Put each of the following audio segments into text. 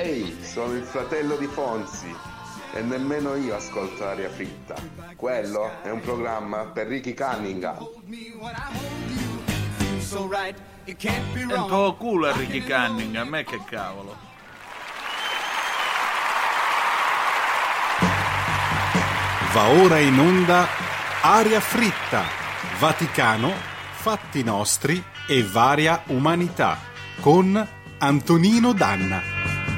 Ehi, sono il fratello di Fonzi e nemmeno io ascolto Aria Fritta. Quello è un programma per Ricky Cunningham. È un tuo culo a Ricky Cunningham, a me che cavolo. Va ora in onda Aria Fritta, Vaticano, fatti nostri e varia umanità, con Antonino Danna.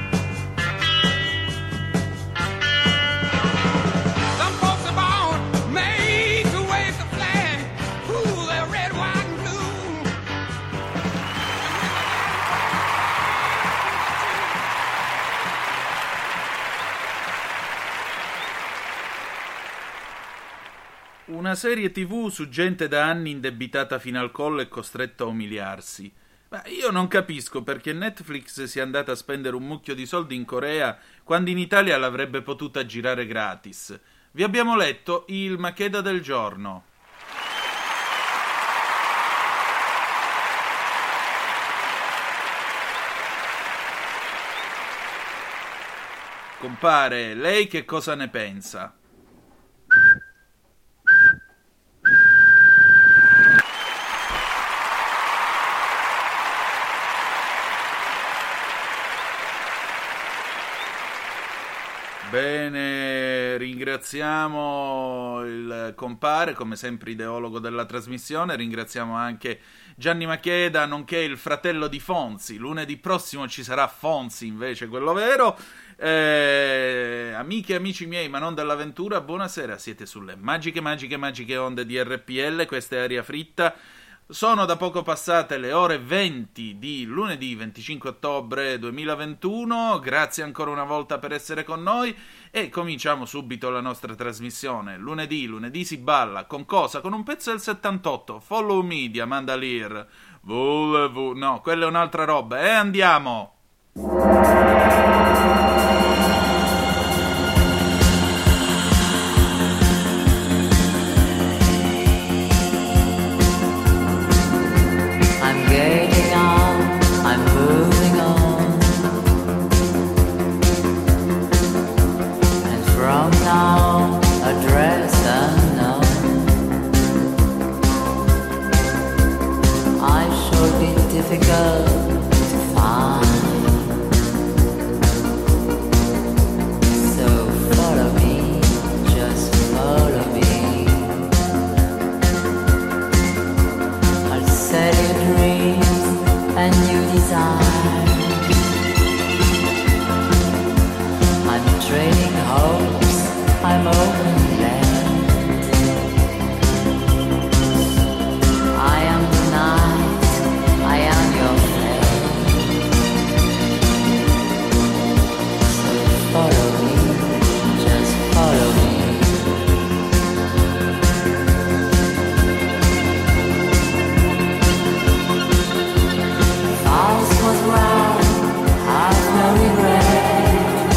Una serie TV su gente da anni indebitata fino al collo e costretta a umiliarsi. Ma io non capisco perché Netflix sia andata a spendere un mucchio di soldi in Corea quando in Italia l'avrebbe potuta girare gratis. Vi abbiamo letto il Makeda del giorno. Compare, lei che cosa ne pensa? Bene, ringraziamo il compare, come sempre ideologo della trasmissione, ringraziamo anche Gianni Macheda, nonché il fratello di Fonzi. Lunedì prossimo ci sarà Fonzi invece, quello vero. Amiche e amici miei, ma non dell'avventura, buonasera, siete sulle magiche onde di RPL, questa è Aria Fritta. Sono da poco passate le ore 20 di lunedì 25 ottobre 2021, grazie ancora una volta per essere con noi e cominciamo subito la nostra trasmissione. Lunedì si balla, con cosa? Con un pezzo del 78, Follow Me di Amanda Lear. No, quella è un'altra roba, andiamo! Difficult to find, so follow me, just follow me. I'll set your dreams and new desire. I'm trading hopes, I'm open land. I am the night, I am your friend, so follow me, just follow me. False was wrong, have no regret.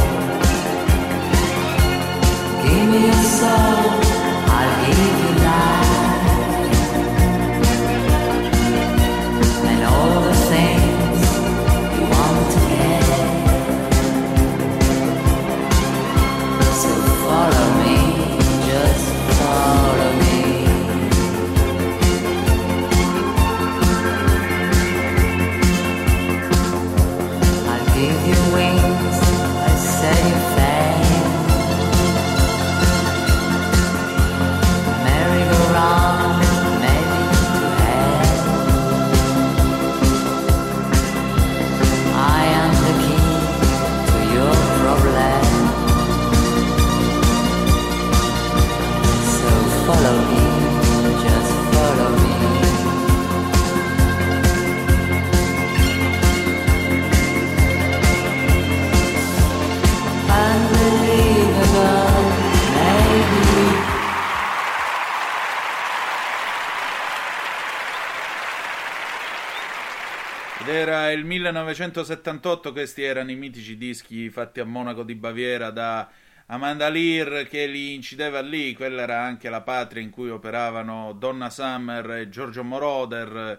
Give me your soul, I'll give you life. All the things you want to get, so follow me, just follow me. I'll give you wings, I'll set you flying. Merry-go-round, maybe to hell. I am the key to your problem, so follow me, just follow me. Unbelievable, maybe. Ed era il 1978, questi erano i mitici dischi fatti a Monaco di Baviera da Amanda Lear, che li incideva lì. Quella era anche la patria in cui operavano Donna Summer e Giorgio Moroder,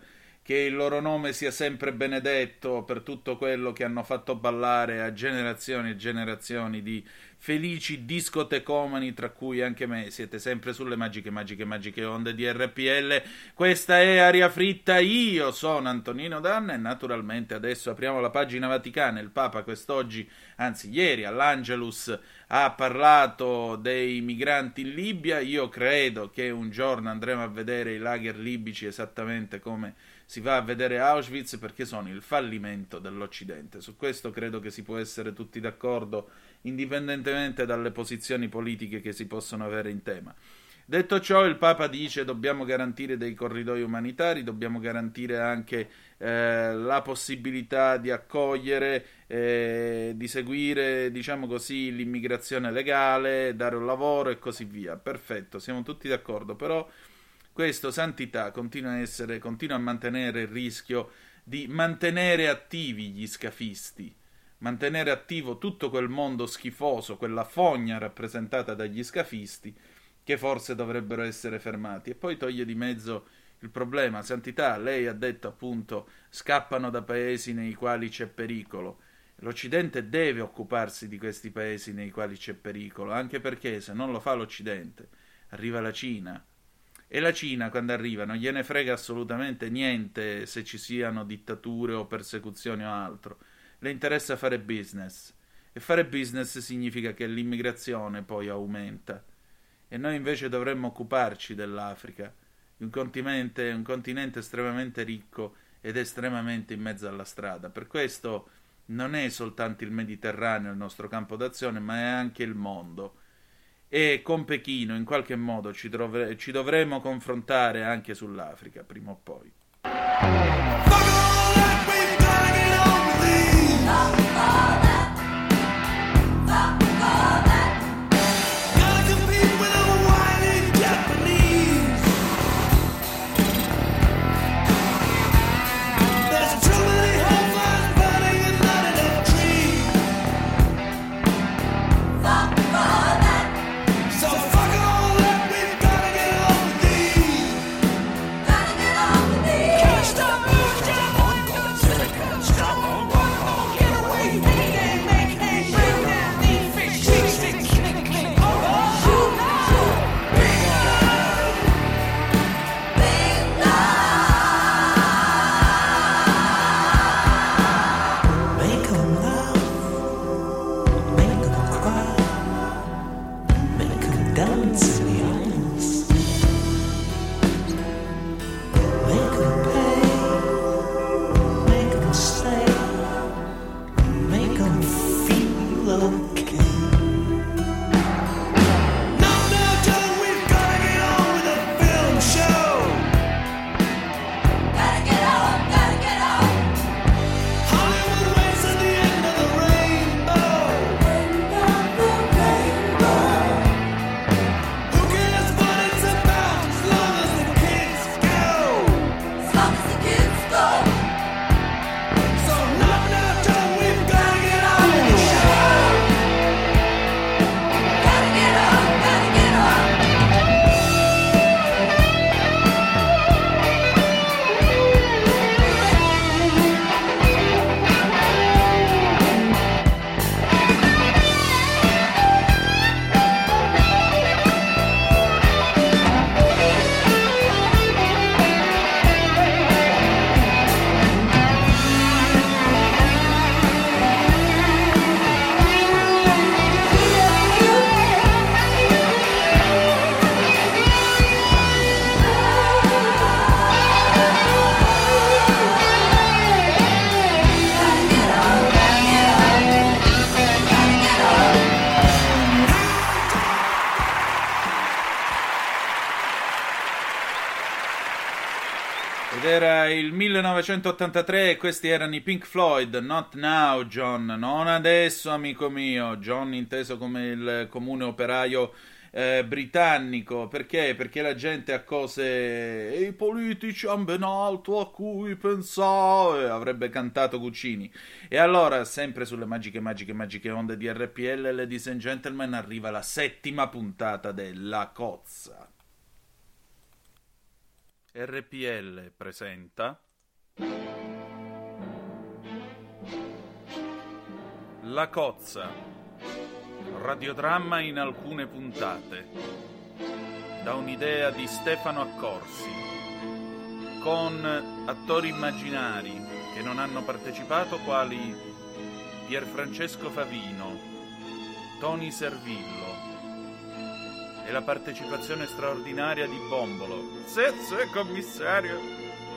che il loro nome sia sempre benedetto per tutto quello che hanno fatto ballare a generazioni e generazioni di felici discotecomani, tra cui anche me. Siete sempre sulle magiche onde di RPL. Questa è Aria Fritta, io sono Antonino Danna e naturalmente adesso apriamo la pagina vaticana. Il Papa quest'oggi, anzi ieri, all'Angelus ha parlato dei migranti in Libia. Io credo che un giorno andremo a vedere i lager libici esattamente come si va a vedere Auschwitz, perché sono il fallimento dell'Occidente. Su questo credo che si può essere tutti d'accordo, indipendentemente dalle posizioni politiche che si possono avere in tema. Detto ciò, il Papa dice dobbiamo garantire dei corridoi umanitari, dobbiamo garantire anche la possibilità di accogliere, di seguire, diciamo così, l'immigrazione legale, dare un lavoro e così via. Perfetto, siamo tutti d'accordo, però questo, santità, continua a mantenere il rischio di mantenere attivi gli scafisti, mantenere attivo tutto quel mondo schifoso, quella fogna rappresentata dagli scafisti, che forse dovrebbero essere fermati. E poi toglie di mezzo il problema. Santità, lei ha detto appunto, scappano da paesi nei quali c'è pericolo. L'Occidente deve occuparsi di questi paesi nei quali c'è pericolo, anche perché se non lo fa l'Occidente, arriva la Cina. E la Cina, quando arriva, non gliene frega assolutamente niente se ci siano dittature o persecuzioni o altro. Le interessa fare business. E fare business significa che l'immigrazione poi aumenta. E noi invece dovremmo occuparci dell'Africa, un continente estremamente ricco ed estremamente in mezzo alla strada. Per questo non è soltanto il Mediterraneo il nostro campo d'azione, ma è anche il mondo. E con Pechino in qualche modo ci dovremo confrontare anche sull'Africa, prima o poi. Era il 1983 e questi erano i Pink Floyd. Not now, John, non adesso, amico mio. John inteso come il comune operaio britannico. Perché? Perché la gente ha cose e i politici hanno ben altro a cui pensare, avrebbe cantato Guccini. E allora, sempre sulle magiche onde di RPL, ladies and gentlemen, arriva la 7ª puntata della Cozza. RPL presenta La cozza, radiodramma in alcune puntate, da un'idea di Stefano Accorsi, con attori immaginari che non hanno partecipato quali Pierfrancesco Favino, Tony Servillo e la partecipazione straordinaria di Bombolo. Sì, commissario!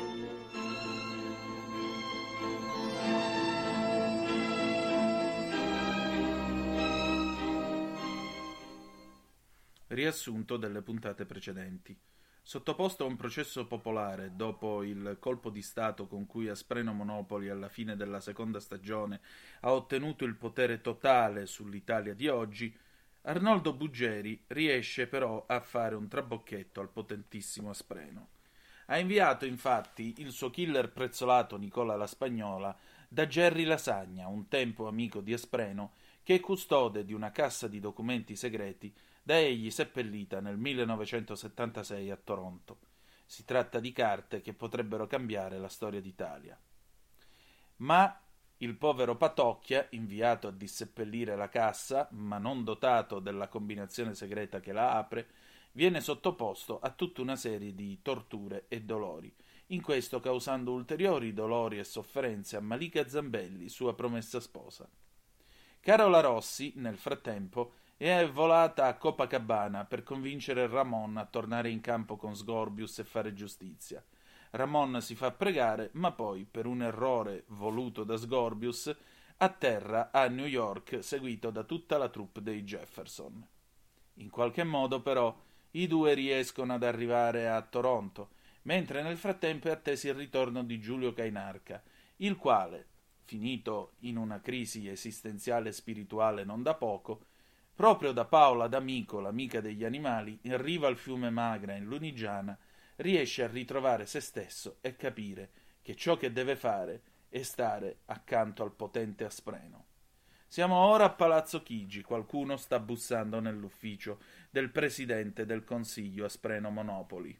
Riassunto delle puntate precedenti. Sottoposto a un processo popolare dopo il colpo di Stato con cui Aspreno Monopoli alla fine della seconda stagione ha ottenuto il potere totale sull'Italia di oggi, Arnoldo Buggeri riesce però a fare un trabocchetto al potentissimo Aspreno. Ha inviato infatti il suo killer prezzolato Nicola La Spagnola da Gerry Lasagna, un tempo amico di Aspreno, che è custode di una cassa di documenti segreti da egli seppellita nel 1976 a Toronto. Si tratta di carte che potrebbero cambiare la storia d'Italia. Ma il povero Patocchia, inviato a disseppellire la cassa, ma non dotato della combinazione segreta che la apre, viene sottoposto a tutta una serie di torture e dolori, in questo causando ulteriori dolori e sofferenze a Malika Zambelli, sua promessa sposa. Carola Rossi, nel frattempo, è volata a Copacabana per convincere Ramon a tornare in campo con Sgorbius e fare giustizia. Ramon si fa pregare, ma poi, per un errore voluto da Sgorbius, atterra a New York seguito da tutta la troupe dei Jefferson. In qualche modo, però, i due riescono ad arrivare a Toronto, mentre nel frattempo è atteso il ritorno di Giulio Cainarca, il quale, finito in una crisi esistenziale e spirituale non da poco, proprio da Paola D'Amico, l'amica degli animali, in riva al fiume Magra in Lunigiana, riesce a ritrovare se stesso e capire che ciò che deve fare è stare accanto al potente Aspreno. Siamo ora a Palazzo Chigi, qualcuno sta bussando nell'ufficio del presidente del Consiglio Aspreno Monopoli.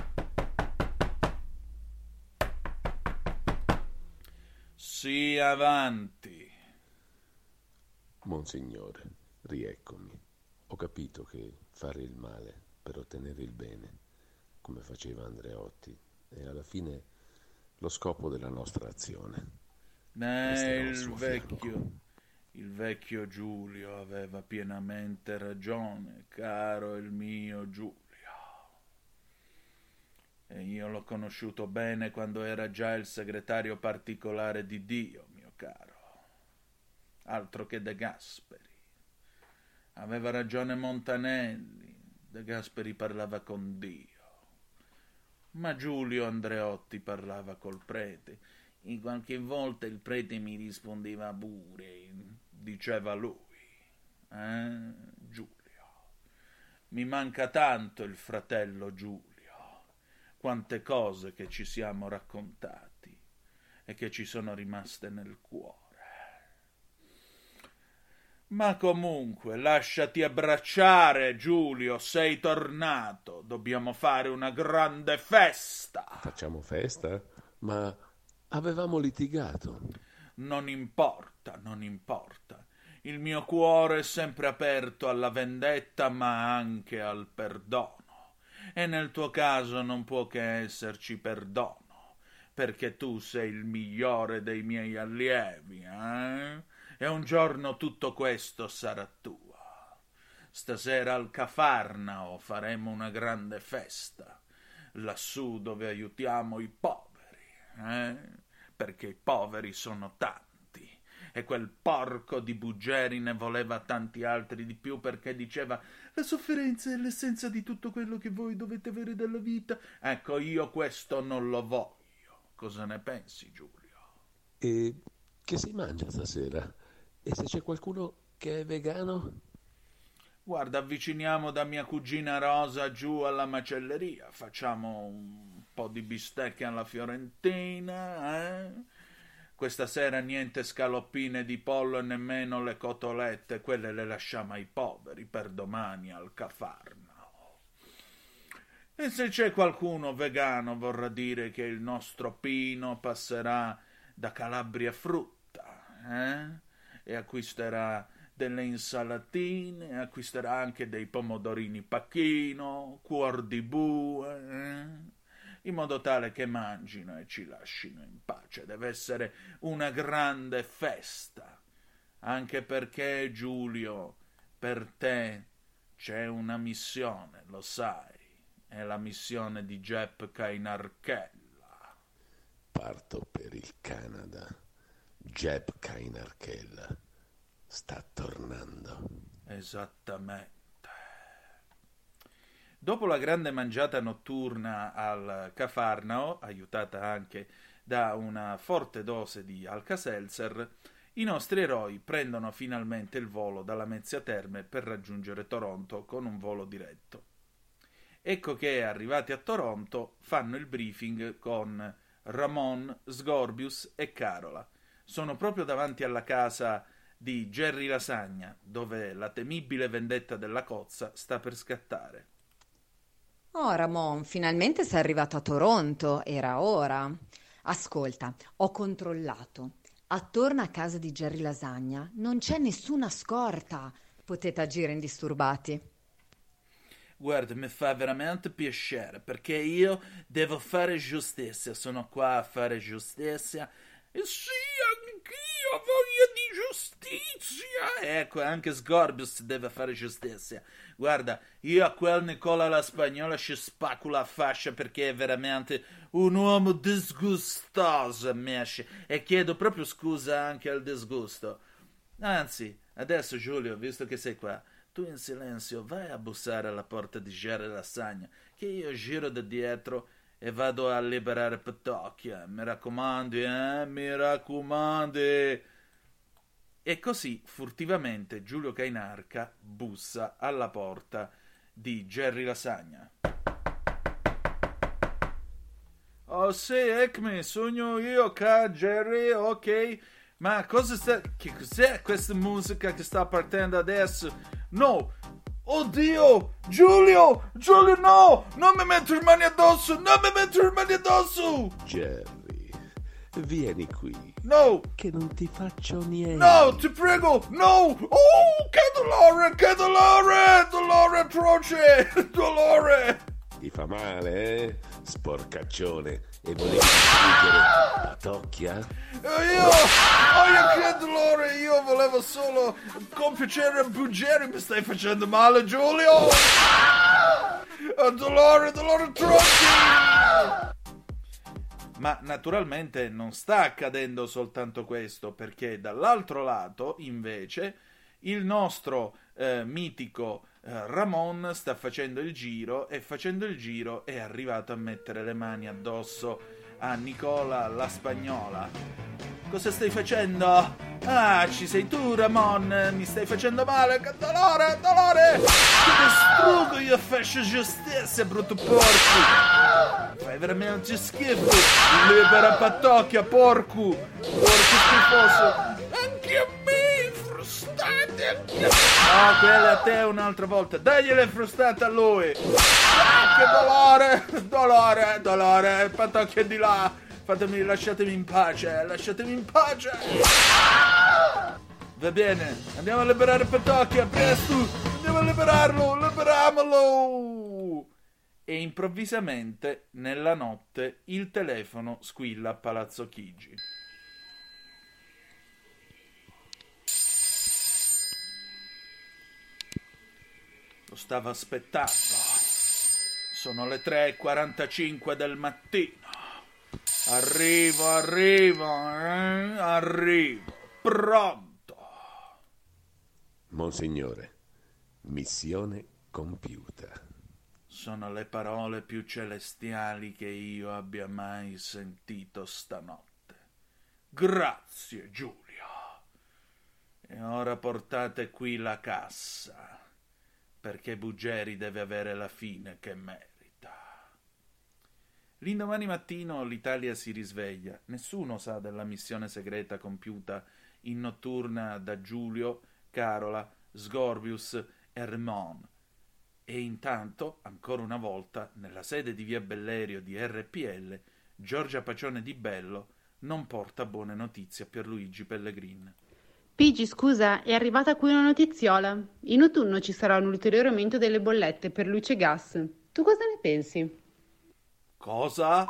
Sì, avanti. Monsignore, rieccomi. Ho capito che fare il male per ottenere il bene, come faceva Andreotti, è alla fine lo scopo della nostra azione. Il vecchio Giulio aveva pienamente ragione, caro il mio Giulio. E io l'ho conosciuto bene quando era già il segretario particolare di Dio, mio caro. Altro che De Gasperi. Aveva ragione Montanelli, De Gasperi parlava con Dio. Ma Giulio Andreotti parlava col prete. In qualche volta il prete mi rispondeva pure, diceva lui. Giulio. Mi manca tanto il fratello Giulio. Quante cose che ci siamo raccontati e che ci sono rimaste nel cuore. Ma comunque, lasciati abbracciare, Giulio, sei tornato. Dobbiamo fare una grande festa. Facciamo festa? Ma avevamo litigato. Non importa. Il mio cuore è sempre aperto alla vendetta, ma anche al perdono. E nel tuo caso non può che esserci perdono, perché tu sei il migliore dei miei allievi, E un giorno tutto questo sarà tuo. Stasera al Cafarnao faremo una grande festa, lassù dove aiutiamo i poveri, perché i poveri sono tanti. E quel porco di Buggeri ne voleva tanti altri di più, perché diceva: la sofferenza è l'essenza di tutto quello che voi dovete avere dalla vita. Ecco, io questo non lo voglio. Cosa ne pensi, Giulio? E che si mangia stasera? E se c'è qualcuno che è vegano? Guarda, avviciniamo da mia cugina Rosa giù alla macelleria. Facciamo un po' di bistecche alla fiorentina, Questa sera niente scaloppine di pollo e nemmeno le cotolette, quelle le lasciamo ai poveri per domani al Cafarnao. E se c'è qualcuno vegano vorrà dire che il nostro Pino passerà da Calabria Frutta, e acquisterà delle insalatine, acquisterà anche dei pomodorini pacchino, cuor di bue, in modo tale che mangino e ci lascino in pace. Deve essere una grande festa, anche perché, Giulio, per te c'è una missione, lo sai, è la missione di Jep Kainarkella. Parto per il Canada. Jep Kainarkella sta tornando. Esattamente. Dopo la grande mangiata notturna al Cafarnao, aiutata anche da una forte dose di Alka-Seltzer, i nostri eroi prendono finalmente il volo dalla Mezzia Terme per raggiungere Toronto con un volo diretto. Ecco che, arrivati a Toronto, fanno il briefing con Ramon, Sgorbius e Carola. Sono proprio davanti alla casa di Jerry Lasagna, dove la temibile vendetta della cozza sta per scattare. Oh, Ramon, finalmente sei arrivato a Toronto, era ora. Ascolta, ho controllato. Attorno a casa di Jerry Lasagna non c'è nessuna scorta. Potete agire indisturbati. Guarda, mi fa veramente piacere, perché io devo fare giustizia, sono qua a fare giustizia. E sì, anch'io ho voglia di giustizia. Ecco, anche Sgorbius deve fare giustizia. Guarda, io a quel Nicola la Spagnola ci spacco la fascia perché è veramente un uomo disgustoso, mesce, e chiedo proprio scusa anche al disgusto. Anzi, adesso Giulio, visto che sei qua, tu in silenzio vai a bussare alla porta di Jerry Lasagna, che io giro da dietro e vado a liberare Petocchia. Mi raccomandi, mi raccomandi. E così, furtivamente, Giulio Cainarca bussa alla porta di Jerry Lasagna. Oh sì, eccomi, sono io qua, Jerry, ok. Ma che cos'è questa musica che sta partendo adesso? No! Oddio! Giulio! Giulio, no! Non mi metto le mani addosso! Non mi metto le mani addosso! Jerry, vieni qui. No! Che non ti faccio niente. No, ti prego! No! Oh, che dolore! Che dolore! Dolore atroce! Dolore! Ti fa male, eh? Sporcaccione. E volevi distruggere Patocchia? Che dolore! Io volevo solo compiacere Buggeri. Mi stai facendo male, Giulio! Dolore atroce! Ma naturalmente non sta accadendo soltanto questo, perché dall'altro lato, invece, il nostro mitico Ramon sta facendo il giro, e facendo il giro è arrivato a mettere le mani addosso a Nicola la Spagnola. Cosa stai facendo? Ah, ci sei tu, Ramon, mi stai facendo male, che dolore! Ti distruggo, io faccio giustizia, brutto porco! Fai veramente schifo! Libera Patocchia, porco schifoso! Anche a me, frustate, anche a me! No, quella a te un'altra volta, dagliele frustate a lui! Ah, che dolore! Patocchia di là! Lasciatemi in pace! Va bene, andiamo a liberare Patocchia, presto! Andiamo a liberiamolo! E improvvisamente, nella notte, il telefono squilla a Palazzo Chigi. Lo stavo aspettando. Sono le 3:45 del mattino. Arrivo. Pronto. Monsignore, missione compiuta. Sono le parole più celestiali che io abbia mai sentito stanotte. Grazie, Giulio. E ora portate qui la cassa, perché Buggeri deve avere la fine che merita. L'indomani mattino l'Italia si risveglia. Nessuno sa della missione segreta compiuta in notturna da Giulio, Carola, Sgorbius e Ramon. E intanto, ancora una volta, nella sede di via Bellerio di RPL, Giorgia Pacione di Bello non porta buone notizie a Pierluigi Pellegrin. Pigi, scusa, è arrivata qui una notiziola. In autunno ci sarà un ulteriore aumento delle bollette per luce e gas. Tu cosa ne pensi? Cosa?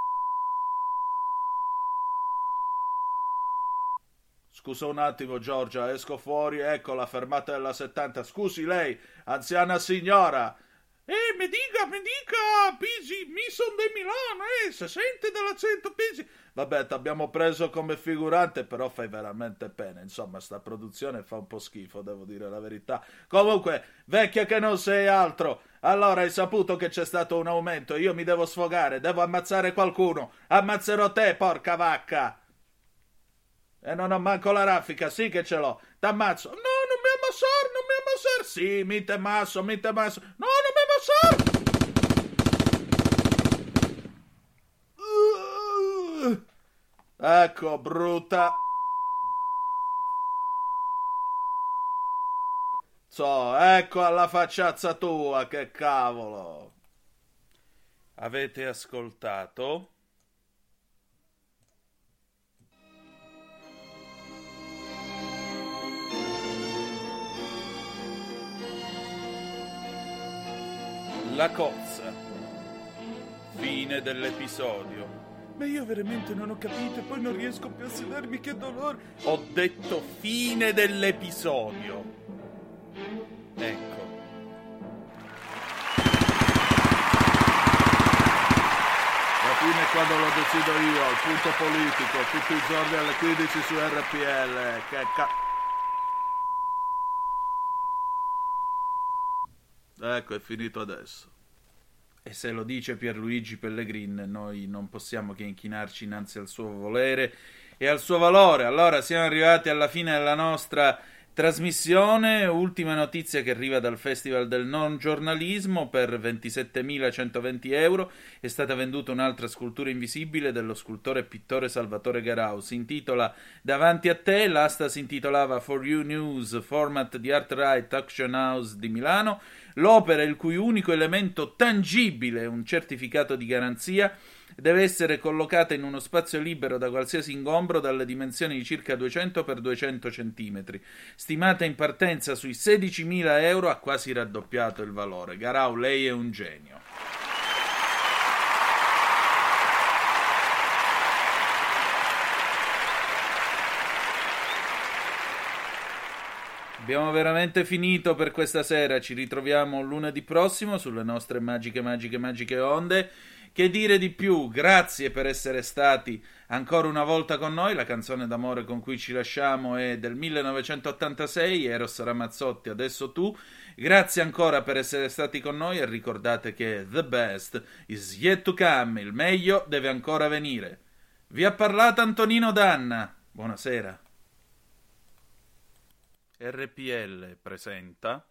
Scusa un attimo, Giorgia, esco fuori, ecco la fermata della 70. Scusi lei, anziana signora. Mi dica, Pigi, mi son di Milano, se sente dell'accento, Pigi. Vabbè, t'abbiamo preso come figurante, però fai veramente pena. Insomma, sta produzione fa un po' schifo, devo dire la verità. Comunque, vecchia che non sei altro. Allora, hai saputo che c'è stato un aumento, io mi devo sfogare, devo ammazzare qualcuno. Ammazzerò te, porca vacca. E non ho manco la raffica, sì che ce l'ho. T'ammazzo. No, non mi ammazzar. Sì, mi te ammasso. No, non mi ammazzar. Ecco, brutta. Ecco alla facciazza tua, che cavolo. Avete ascoltato? La cozza. Fine dell'episodio. Ma io veramente non ho capito e poi non riesco più a sedermi, che dolore. Ho detto fine dell'episodio. Ecco. La fine quando lo decido io, al punto politico, tutti i giorni alle 15 su RPL. Ecco, è finito adesso. E se lo dice Pierluigi Pellegrin, noi non possiamo che inchinarci innanzi al suo volere e al suo valore. Allora, siamo arrivati alla fine della nostra trasmissione. Ultima notizia che arriva dal Festival del Non Giornalismo: per 27.120 euro è stata venduta un'altra scultura invisibile dello scultore e pittore Salvatore Garau. Si intitola Davanti a te, l'asta si intitolava For You News, format di Art Right Auction House di Milano. L'opera, il cui unico elemento tangibile è un certificato di garanzia, deve essere collocata in uno spazio libero da qualsiasi ingombro, dalle dimensioni di circa 200 x 200 cm. Stimata in partenza sui 16.000 euro, ha quasi raddoppiato il valore. Garau, lei è un genio. Abbiamo veramente finito per questa sera. Ci ritroviamo lunedì prossimo sulle nostre magiche onde. Che dire di più? Grazie per essere stati ancora una volta con noi. La canzone d'amore con cui ci lasciamo è del 1986, Eros Ramazzotti, Adesso tu. Grazie ancora per essere stati con noi e ricordate che the best is yet to come, il meglio deve ancora venire. Vi ha parlato Antonino Danna. Buonasera. RPL presenta.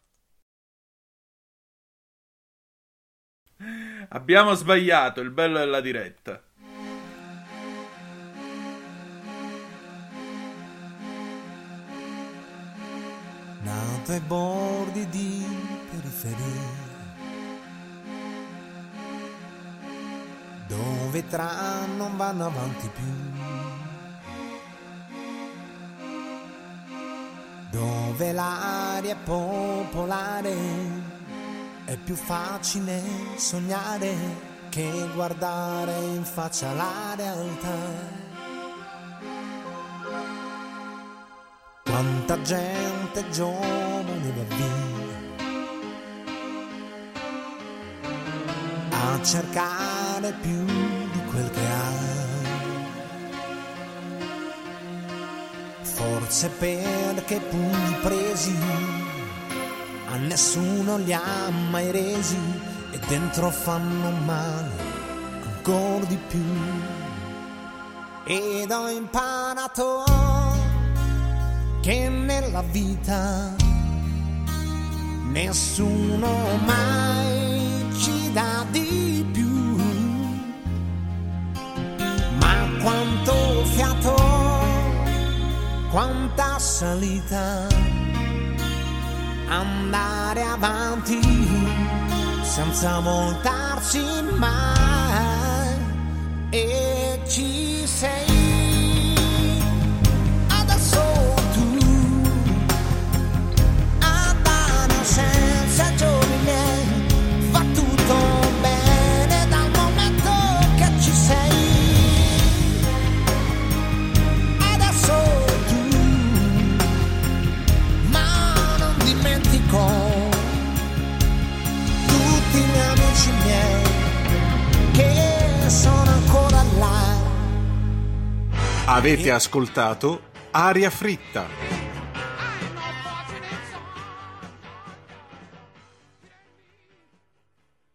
Abbiamo sbagliato, il bello della diretta. Nato ai bordi di periferia, dove i tram non vanno avanti più, dove l'aria è popolare, è più facile sognare che guardare in faccia la realtà. Quanta gente giovane va via a cercare più di quel che ha. Forse perché pugni presi a nessuno li ha mai resi e dentro fanno male ancora di più. Ed ho imparato che nella vita nessuno mai ci dà di più. Ma quanto fiato, quanta salita, andare avanti senza voltarsi mai, e ci sei adesso tu, adolescenza, giorni miei, va tutto bene dal momento che ci sei adesso tu, ma non dimentico tutti gli amici miei che sono ancora là. Avete ascoltato Aria Fritta.